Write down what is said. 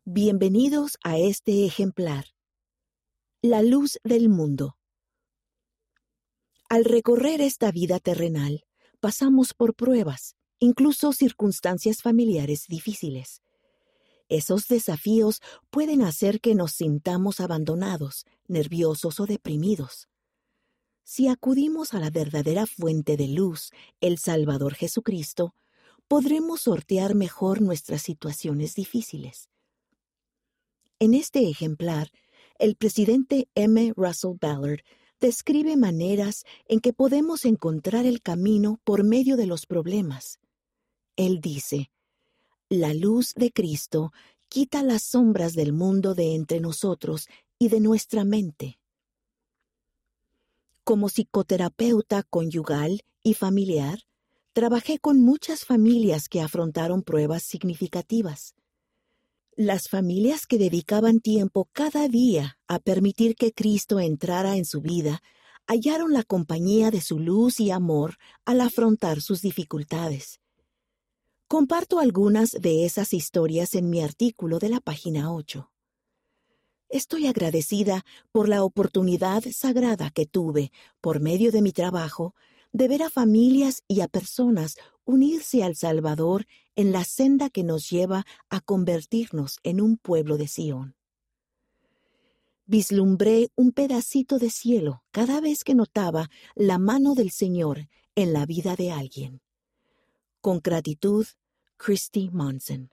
Bienvenidos a este ejemplar. La luz del mundo. Al recorrer esta vida terrenal, pasamos por pruebas, incluso circunstancias familiares difíciles. Esos desafíos pueden hacer que nos sintamos abandonados, nerviosos o deprimidos. Si acudimos a la verdadera fuente de luz, el Salvador Jesucristo, podremos sortear mejor nuestras situaciones difíciles. En este ejemplar, el presidente M. Russell Ballard describe maneras en que podemos encontrar el camino por medio de los problemas. Él dice: la luz de Cristo quita las sombras del mundo de entre nosotros y de nuestra mente. Como psicoterapeuta conyugal y familiar, trabajé con muchas familias que afrontaron pruebas significativas. Las familias que dedicaban tiempo cada día a permitir que Cristo entrara en su vida hallaron la compañía de su luz y amor al afrontar sus dificultades. Comparto algunas de esas historias en mi artículo de la página 8. Estoy agradecida por la oportunidad sagrada que tuve, por medio de mi trabajo, de ver a familias y a personas unirse al Salvador en la senda que nos lleva a convertirnos en un pueblo de Sión. Vislumbré un pedacito de cielo cada vez que notaba la mano del Señor en la vida de alguien. Con gratitud, Christy Monson.